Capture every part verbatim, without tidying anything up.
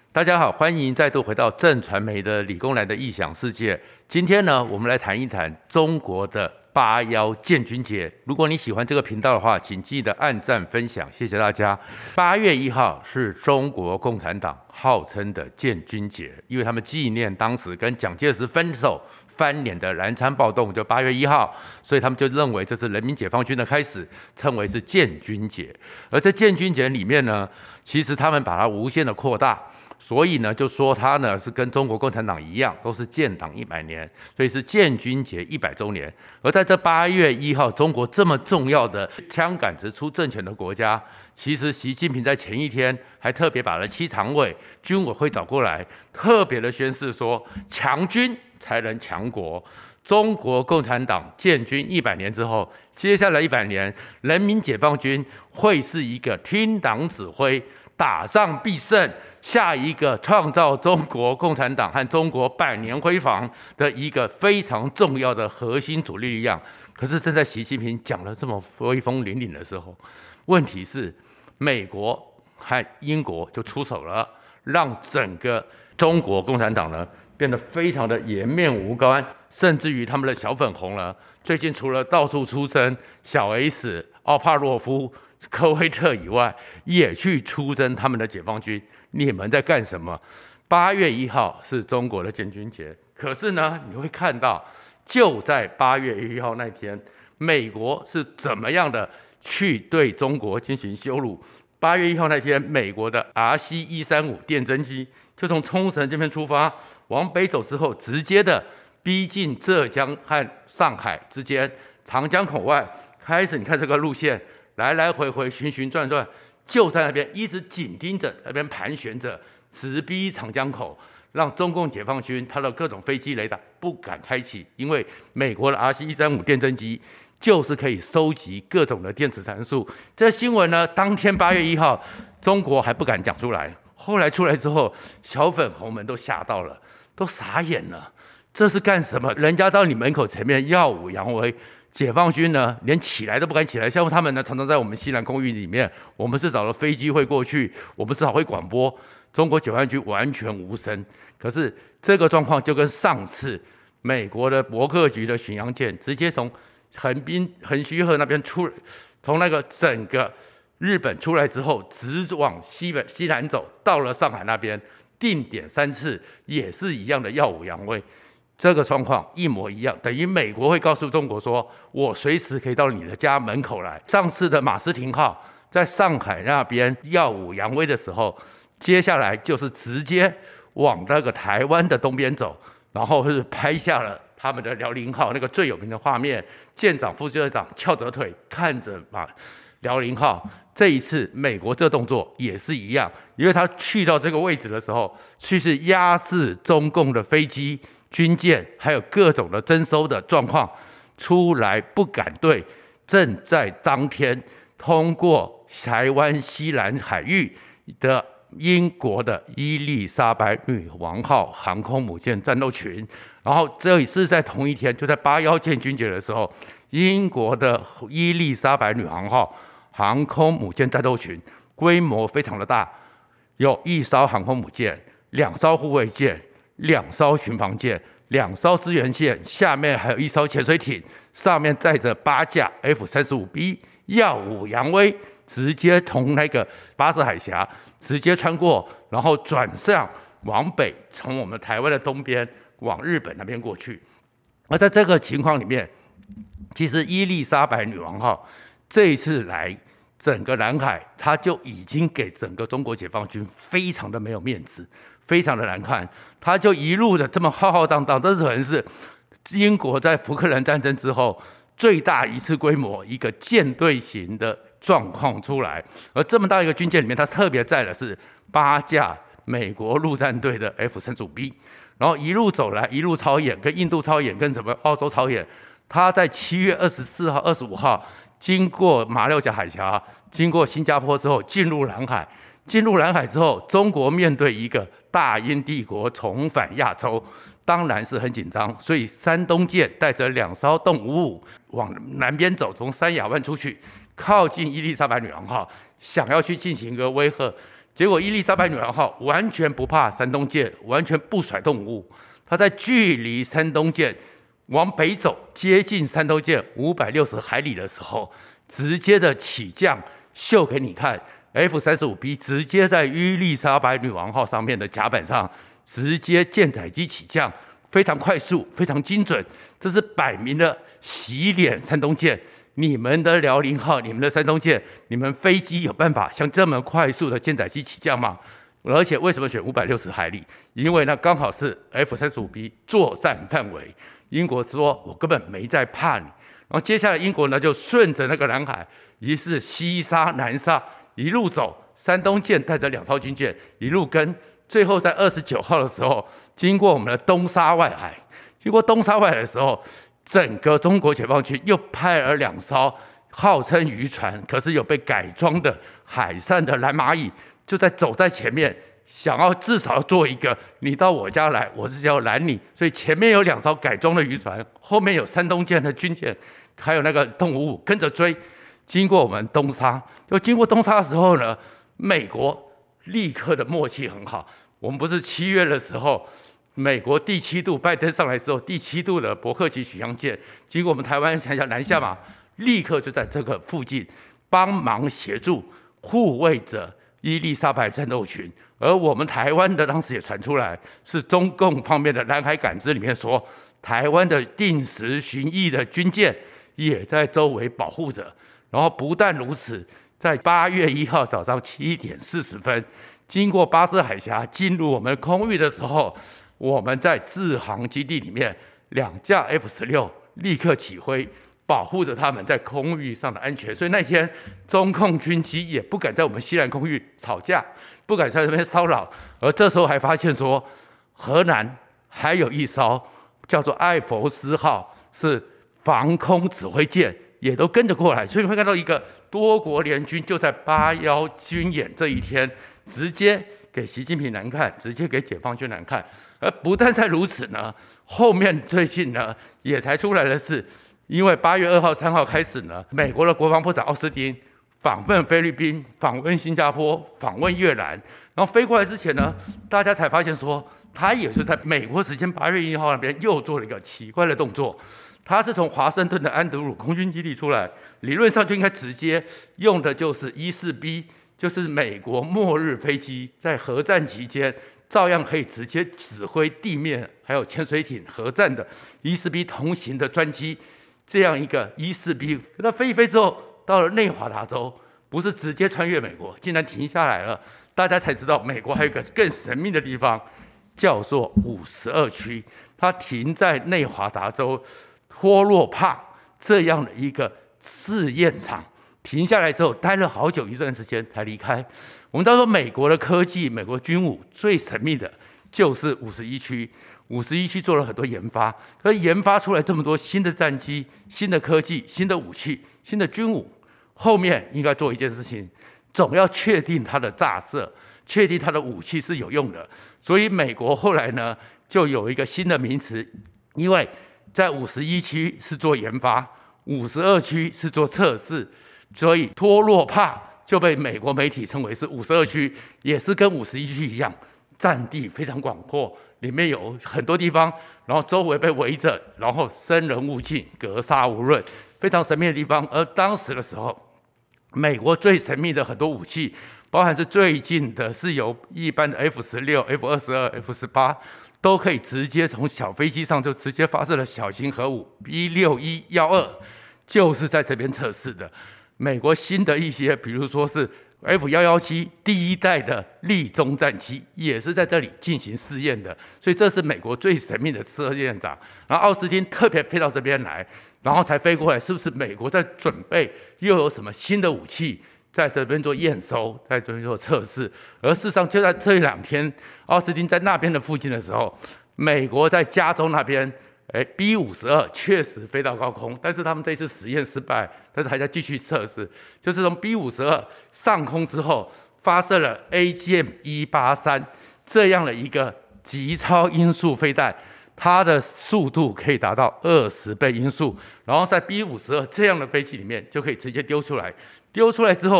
大家好，欢迎再度回到正传媒的理工男的异想世界。今天呢，我们来谈一谈中国的八幺建军节。如果你喜欢这个频道的话，请记得按赞分享，谢谢大家。八月一号是中国共产党号称的建军节，因为他们纪念当时跟蒋介石分手翻脸的南昌暴动，就八月一号，所以他们就认为这是人民解放军的开始，称为是建军节。而在建军节里面呢，其实他们把它无限的扩大。所以呢，就说它呢是跟中国共产党一样，都是建党一百年，所以是建军节一百周年。而在这八月一号，中国这么重要的枪杆子出政权的国家，其实习近平在前一天还特别把了七常委、军委会找过来，特别的宣示说，强军才能强国。中国共产党建军一百年之后，接下来一百年，人民解放军会是一个听党指挥、打仗必胜。下一个创造中国共产党和中国百年辉煌的一个非常重要的核心主力力量。可是正在习近平讲了这么威风凛凛的时候，问题是美国和英国就出手了，让整个中国共产党呢变得非常的颜面无光，甚至于他们的小粉红呢，最近除了到处出征小 S、奥帕洛夫、科威特以外，也去出征他们的解放军。你们在干什么？八月一号是中国的建军节，可是呢，你会看到，就在八月一号那天，美国是怎么样的去对中国进行羞辱？八月一号那天，美国的 R C 一三五电侦机就从冲绳这边出发，往北走之后，直接的逼近浙江和上海之间，长江口外开始，你看这个路线，来来回回，循循转转。就在那边一直紧盯着，那边盘旋着，直逼长江口，让中共解放军它的各种飞机雷达不敢开启，因为美国的 R C 一三五电侦机就是可以收集各种的电子参数。这新闻呢，当天八月一号，中国还不敢讲出来，后来出来之后，小粉红们都吓到了，都傻眼了，这是干什么？人家到你门口前面耀武扬威。解放军呢，连起来都不敢起来。像他们呢，常常在我们西南空域里面，我们是找了飞机会过去，我们至少会广播。中国解放军完全无声。可是这个状况就跟上次美国的伯克级的巡洋舰直接从横滨横须贺那边出，从那个整个日本出来之后，直往西北西南走，到了上海那边定点三次，也是一样的耀武扬威。这个状况一模一样，等于美国会告诉中国说，我随时可以到你的家门口来。上次的马斯廷号在上海那边耀武扬威的时候，接下来就是直接往那个台湾的东边走，然后是拍下了他们的辽宁号那个最有名的画面，舰长、副舰长翘着腿看着马辽宁号。这一次美国这动作也是一样，因为他去到这个位置的时候，去是压制中共的飞机。军舰还有各种的征收的状况出来，不敢对正在当天通过台湾西南海域的英国的伊丽莎白女王号航空母舰战斗群，然后这也是在同一天，就在八幺建军节的时候，英国的伊丽莎白女王号航空母舰战斗群规模非常的大，有一艘航空母舰，两艘护卫舰。两艘巡防舰，两艘支援舰，下面还有一艘潜水艇，上面载着八架 F 三十五 B， 耀武扬威，直接从那个巴士海峡直接穿过，然后转向往北，从我们台湾的东边往日本那边过去。而在这个情况里面，其实伊丽莎白女王号这一次来整个南海，它就已经给整个中国解放军非常的没有面子。非常的难看，他就一路的这么浩浩荡荡，这可能是英国在福克兰战争之后最大一次规模一个舰队型的状况出来。而这么大一个军舰里面，它特别载的是八架美国陆战队的 F 三十五 B， 然后一路走来，一路操演，跟印度操演，跟什么澳洲操演。他在七月二十四号、二十五号经过马六甲海峡，经过新加坡之后，进入南海。进入南海之后，中国面对一个大英帝国重返亚洲，当然是很紧张。所以山东舰带着两艘动五五往南边走，从三亚湾出去，靠近伊丽莎白女王号，想要去进行一个威吓。 结果伊丽莎白女王号完全不怕山东舰，完全不甩动物，它在距离山东舰往北走，接近山东舰五百六十海里的时候，直接的起降秀给你看 ，F 三十五 B 直接在伊丽莎白女王号上面的甲板上，直接舰载机起降，非常快速，非常精准，这是摆明了洗脸山东舰。你们的辽宁号，你们的山东舰，你们飞机有办法像这么快速的舰载机起降吗？而且为什么选五百六十海里？因为那刚好是 F 三十五 B 作战范围。英国说：“我根本没在怕你。”然后接下来英国呢就顺着那个南海，于是西沙南沙一路走，山东舰带着两艘军舰一路跟，最后在二十九号的时候，经过我们的东沙外海，经过东沙外海的时候，整个中国解放军又派了两艘号称渔船，可是有被改装的海上的蓝蚂蚁，就在走在前面。想要至少做一个，你到我家来，我是要拦你，所以前面有两艘改装的渔船，后面有山东舰的军舰，还有那个动物五跟着追，经过我们东沙，就经过东沙的时候呢，美国立刻的默契很好。我们不是七月的时候，美国第七度拜登上来之后，第七度的伯克级巡洋舰经过我们台湾想想南下嘛，立刻就在这个附近帮忙协助护卫着伊丽莎白战斗群。而我们台湾的当时也传出来，是中共方面的南海感知里面说，台湾的定时巡弋的军舰也在周围保护着。然后不但如此，在八月一号早上七点四十分，经过巴士海峡进入我们空域的时候，我们在制航基地里面两架 F 十六立刻起飞，保护着他们在空域上的安全。所以那天中共军机也不敢在我们西南空域吵架，不敢在那边骚扰。而这时候还发现说，河南还有一艘叫做艾佛斯号，是防空指挥舰，也都跟着过来。所以你会看到一个多国联军就在八幺军演这一天，直接给习近平难看，直接给解放军难看。而不但在如此呢，后面最近呢也才出来的是，因为八月二号、三号开始呢，美国的国防部长奥斯汀访问菲律宾、访问新加坡、访问越南，然后飞过来之前呢，大家才发现说，他也是在美国时间八月一号那边又做了一个奇怪的动作。他是从华盛顿的安德鲁空军基地出来，理论上就应该直接用的就是一四 B， 就是美国末日飞机在核战期间照样可以直接指挥地面还有潜水艇核战的一四 B 同型的专机，这样一个一四 B， 那飞一飞之后到了内华达州，不是直接穿越美国，竟然停下来了。大家才知道美国还有一个更神秘的地方，叫做五十二区，它停在内华达州托洛帕这样的一个试验场，停下来之后待了好久一段时间才离开。我们知道说，美国的科技、美国军武最神秘的就是五十一区。五十一区做了很多研发，所以研发出来这么多新的战机、新的科技、新的武器、新的军武，后面应该做一件事情，总要确定它的炸射，确定它的武器是有用的。所以美国后来呢，就有一个新的名词，因为在五十一区是做研发，五十二区是做测试，所以托洛帕就被美国媒体称为是五十二区，也是跟五十一区一样，占地非常广阔，里面有很多地方，然后周围被围着，然后生人勿近，格杀无论，非常神秘的地方。而当时的时候，美国最神秘的很多武器，包含是最近的是由一般的 F 十六、F 二十二、F 十八，都可以直接从小飞机上就直接发射了小型核武 B 六一一二，就是在这边测试的。美国新的一些，比如说是 F 一一七第一代的立中战机，也是在这里进行试验的，所以这是美国最神秘的试验场。然后奥斯汀特别飞到这边来，然后才飞过来，是不是美国在准备又有什么新的武器，在这边做验收，在这边做测试？而事实上，就在这两天，奥斯汀在那边的附近的时候，美国在加州那边。哎 ，B 五十二确实飞到高空，但是他们这次实验失败，但是还在继续测试。就是从 B 五十二上空之后，发射了 A G M 一八三这样的一个极超音速飞弹，它的速度可以达到二十倍音速，然后在 B 五十二这样的飞机里面就可以直接丢出来。丢出来之后，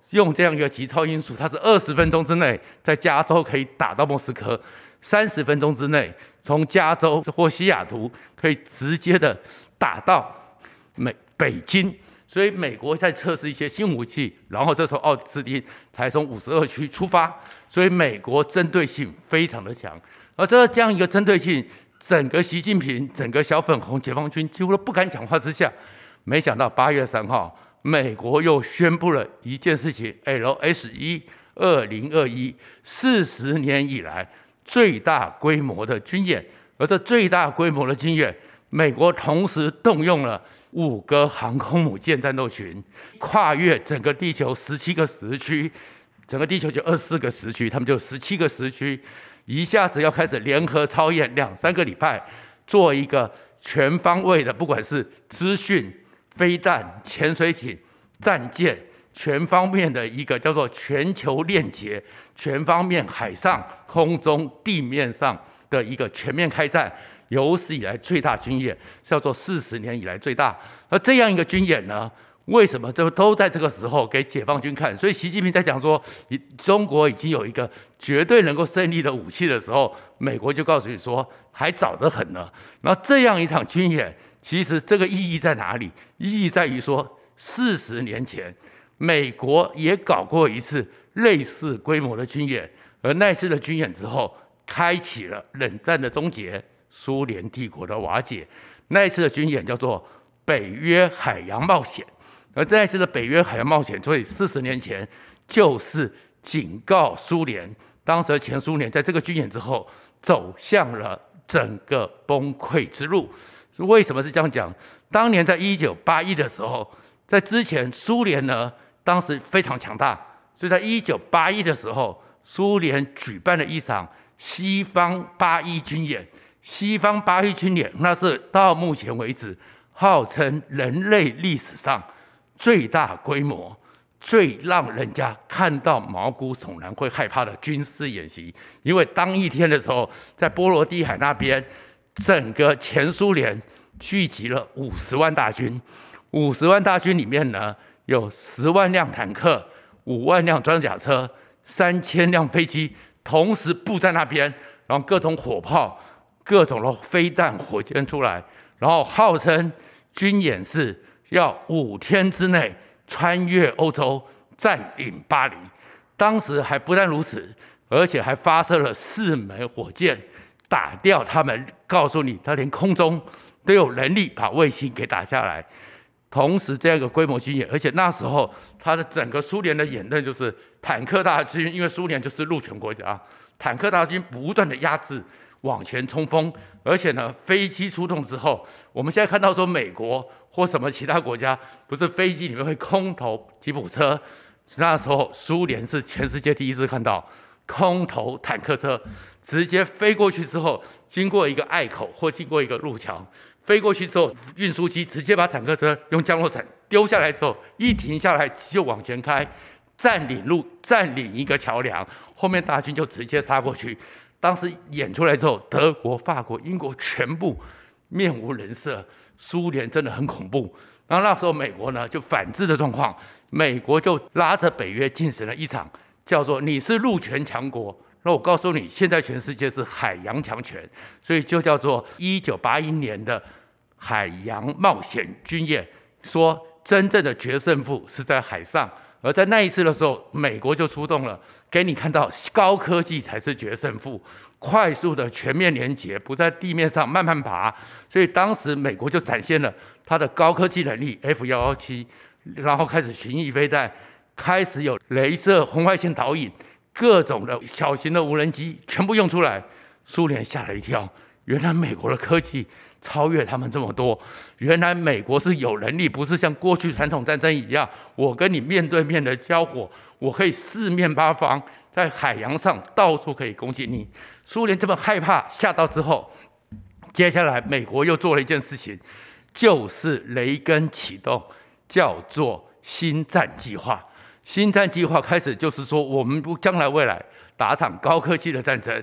用这样一个极超音速，它是二十分钟之内在加州可以打到莫斯科，三十分钟之内从加州或西雅图可以直接的打到美北京。所以美国在测试一些新武器，然后这时候奥斯汀才从五十二区出发，所以美国针对性非常的强。而这这样一个针对性，整个习近平、整个小粉红解放军几乎都不敢讲话之下，没想到八月三号，美国又宣布了一件事情 ：L S 一二零二一四十年以来最大规模的军演。而这最大规模的军演，美国同时动用了五个航空母舰战斗群，跨越整个地球十七个时区，整个地球就二十四个时区，他们就十七个时区，一下子要开始联合操演两三个礼拜，做一个全方位的，不管是资讯、飞弹、潜水艇、战舰，全方面的一个叫做全球链接，全方面海上、空中、地面上的一个全面开战。有史以来最大军演，叫做四十年以来最大。而这样一个军演呢，为什么这都在这个时候给解放军看？所以习近平在讲说，中国已经有一个绝对能够胜利的武器的时候，美国就告诉你说还早得很呢。然后这样一场军演，其实这个意义在哪里？意义在于说，四十年前美国也搞过一次类似规模的军演，而那次的军演之后，开启了冷战的终结。苏联帝国的瓦解，那一次的军演叫做北约海洋冒险，而这一次的北约海洋冒险，所以四十年前就是警告苏联，当时的前苏联在这个军演之后走向了整个崩溃之路。为什么是这样讲？当年在一九八一的时候，在之前苏联呢，当时非常强大，所以在一九八一的时候，苏联举办了一场西方八一军演。西方八一军演，那是到目前为止号称人类历史上最大规模、最让人家看到毛骨悚然、会害怕的军事演习。因为当一天的时候，在波罗的海那边，整个前苏联聚集了五十万大军，五十万大军里面呢，有十万辆坦克、五万辆装甲车、三千辆飞机，同时布在那边，然后各种火炮。各种的飞弹、火箭出来，然后号称军演是要五天之内穿越欧洲，占领巴黎。当时还不但如此，而且还发射了四枚火箭，打掉他们，告诉你他连空中都有能力把卫星给打下来。同时，这样一个规模军演，而且那时候他的整个苏联的演练就是坦克大军，因为苏联就是陆权国家，坦克大军不断的压制。往前冲锋，而且呢，飞机出动之后，我们现在看到说美国或什么其他国家，不是飞机里面会空投吉普车，那时候苏联是全世界第一次看到空投坦克车，直接飞过去之后，经过一个隘口或经过一个路桥，飞过去之后，运输机直接把坦克车用降落伞丢下来之后，一停下来就往前开，占领路，占领一个桥梁，后面大军就直接杀过去。当时演出来之后，德国、法国、英国全部面无人色，苏联真的很恐怖。然后那时候美国呢就反制的状况，美国就拉着北约进行了一场叫做“你是陆权强国”，那我告诉你，现在全世界是海洋强权，所以就叫做一九八一年的海洋冒险军演，说真正的决胜负是在海上。而在那一次的时候，美国就出动了，给你看到高科技才是决胜负，快速的全面连结，不在地面上慢慢爬。所以当时美国就展现了它的高科技能力 F 一一七，然后开始巡弋飞弹，开始有雷射红外线导引，各种的小型的无人机全部用出来。苏联吓了一跳，原来美国的科技超越他们这么多，原来美国是有能力，不是像过去传统战争一样，我跟你面对面的交火，我可以四面八方在海洋上到处可以攻击你。苏联这么害怕，吓到之后，接下来美国又做了一件事情，就是雷根启动，叫做星战计划。星战计划开始就是说，我们不将来未来打场高科技的战争，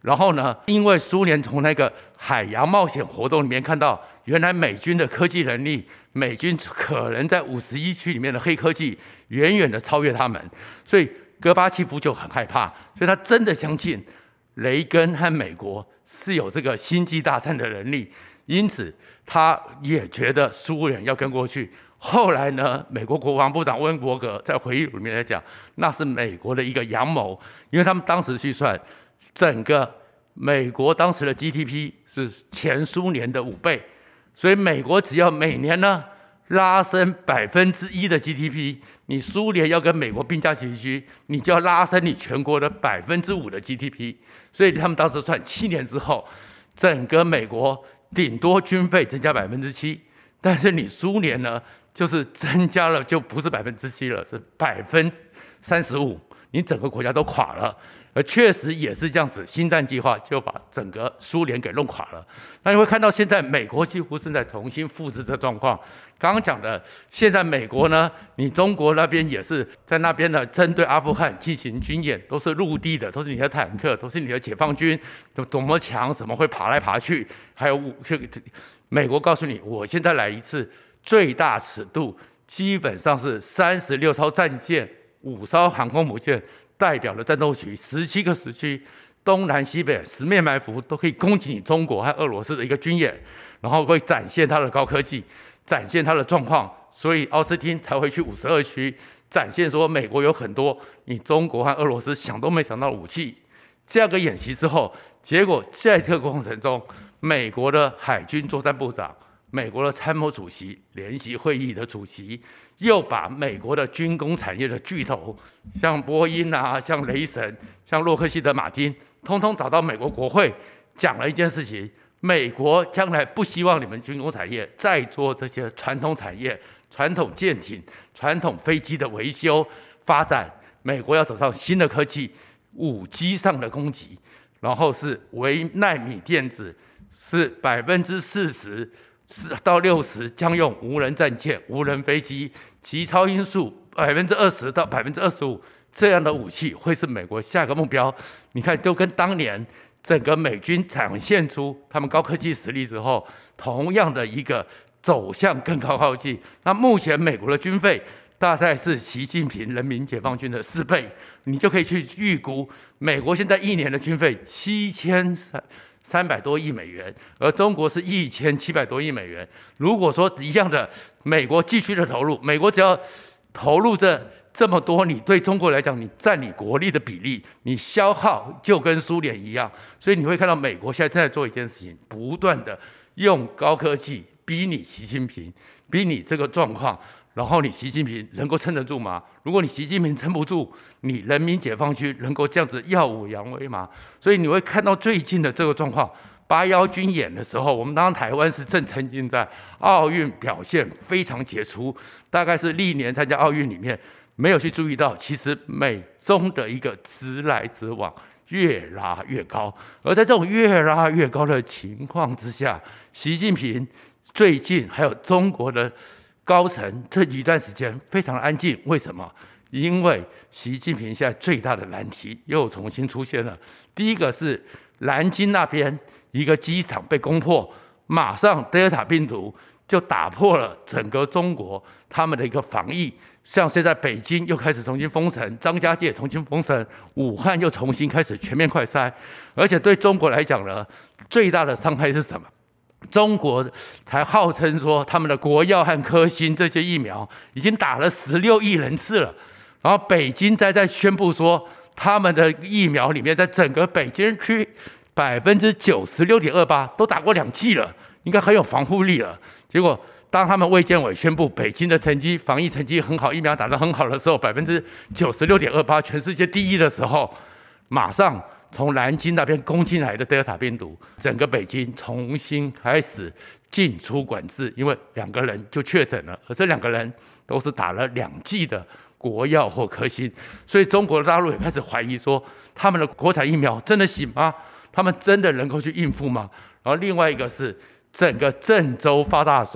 然后呢，因为苏联从那个海洋冒险活动里面看到，原来美军的科技能力，美军可能在五十一区里面的黑科技远远的超越他们，所以戈巴契夫就很害怕，所以他真的相信雷根和美国是有这个星际大战的能力，因此他也觉得苏联要跟过去。后来呢，美国国防部长温伯格在回忆录里面来讲，那是美国的一个阳谋，因为他们当时去算，整个美国当时的 G D P 是前苏联的五倍，所以美国只要每年呢拉升百分之一的 G D P， 你苏联要跟美国并驾齐驱，你就要拉升你全国的百分之五的 G D P， 所以他们当时算七年之后，整个美国顶多军费增加百分之七，但是你苏联呢？就是增加了，就不是百分之七了，是百分之三十五，你整个国家都垮了。而确实也是这样子，星战计划就把整个苏联给弄垮了。那你会看到现在美国几乎是在重新复制这状况。刚刚讲的，现在美国呢，你中国那边也是在那边呢，针对阿富汗进行军演，都是陆地的，都是你的坦克，都是你的解放军，怎么强，什么会爬来爬去，还有这个美国告诉你，我现在来一次。最大尺度基本上是三十六艘战舰、五艘航空母舰，代表了战斗区十七个时区，东南西北十面埋伏都可以攻击你中国和俄罗斯的一个军演，然后会展现它的高科技，展现它的状况，所以奥斯汀才会去五十二区展现说美国有很多你中国和俄罗斯想都没想到的武器。这样个演习之后，结果在这个过程中，美国的海军作战部长。美国的参谋主席联席会议的主席又把美国的军工产业的巨头，像波音啊、像雷神、像洛克希德马丁，通通找到美国国会，讲了一件事情：美国将来不希望你们军工产业再做这些传统产业、传统舰艇、传统飞机的维修发展，美国要走上新的科技，五 G 上的攻击，然后是微奈米电子，是百分之四十。四到六十将用无人战舰、无人飞机，极超音速百分之二十到百分之二十五这样的武器会是美国下一个目标。你看，都跟当年整个美军展现出他们高科技实力之后，同样的一个走向更高科技。那目前美国的军费大概是习近平人民解放军的四倍，你就可以去预估，美国现在一年的军费七千三。三百多亿美元，而中国是一千七百多亿美元。如果说一样的，美国继续的投入，美国只要投入这这么多，你对中国来讲，你占你国力的比例，你消耗就跟苏联一样。所以你会看到美国现在正在做一件事情，不断的用高科技逼你习近平，逼你这个状况。然后你习近平能够撑得住吗？如果你习近平撑不住，你人民解放军能够这样子耀武扬威吗？所以你会看到最近的这个状况，八幺军演的时候，我们当台湾是正沉浸在奥运表现非常杰出，大概是历年参加奥运里面没有去注意到，其实美中的一个直来直往越拉越高，而在这种越拉越高的情况之下，习近平最近还有中国的高层这一段时间非常的安静，为什么？因为习近平现在最大的难题又重新出现了。第一个是南京那边一个机场被攻破，马上德尔塔病毒就打破了整个中国他们的一个防疫。像现在北京又开始重新封城，张家界重新封城，武汉又重新开始全面快筛，而且对中国来讲呢，最大的伤害是什么？中国才号称说他们的国药和科兴这些疫苗已经打了十六亿人次了，然后北京再在宣布说他们的疫苗里面，在整个北京区百分之九十六点二八都打过两剂了，应该很有防护力了。结果当他们卫健委宣布北京的成绩防疫成绩很好，疫苗打得很好的时候，百分之九十六点二八全世界第一的时候，马上从南京那边攻进来的德尔塔病毒，整个北京重新开始进出管制，因为两个人就确诊了，而这两个人都是打了两剂的国药或科兴，所以中国大陆也开始怀疑说，他们的国产疫苗真的行吗？他们真的能够去应付吗？然后另外一个是整个郑州发大水，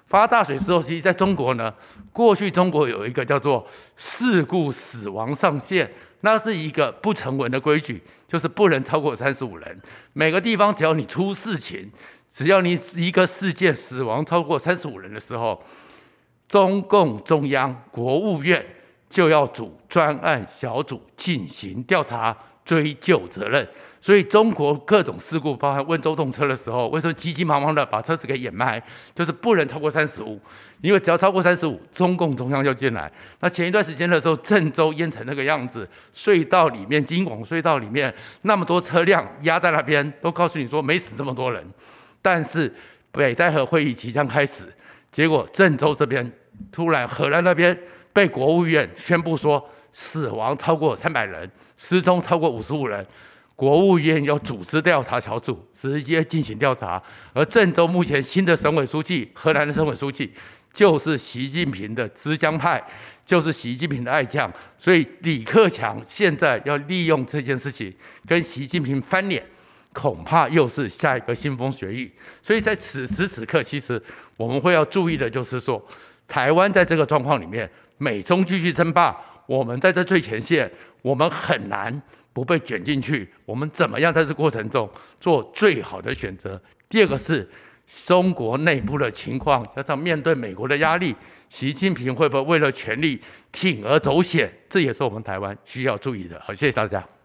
发大水之后，其实在中国呢，过去中国有一个叫做事故死亡上限，那是一个不成文的规矩，就是不能超过三十五人。每个地方只要你出事情，只要你一个事件死亡超过三十五人的时候，中共中央国务院就要组专案小组进行调查、追究责任。所以中国各种事故，包含温州动车的时候，为什么急急忙忙的把车子给掩埋，就是不能超过三十五，因为只要超过三十五，中共中央要进来。那前一段时间的时候，郑州淹成那个样子，隧道里面、京广隧道里面那么多车辆压在那边，都告诉你说没死这么多人，但是北戴河会议即将开始，结果郑州这边突然荷兰那边被国务院宣布说死亡超过三百人，失踪超过五十五人。国务院要组织调查小组，直接进行调查。而郑州目前新的省委书记，荷兰的省委书记，就是习近平的枝江派，就是习近平的爱将。所以李克强现在要利用这件事情跟习近平翻脸，恐怕又是下一个腥风血雨。所以在此时此刻，其实我们会要注意的就是说，台湾在这个状况里面，美中继续争霸，我们在这最前线，我们很难不被卷进去，我们怎么样在这过程中做最好的选择？第二个是中国内部的情况，加上面对美国的压力，习近平会不会为了权力铤而走险？这也是我们台湾需要注意的。好，谢谢大家。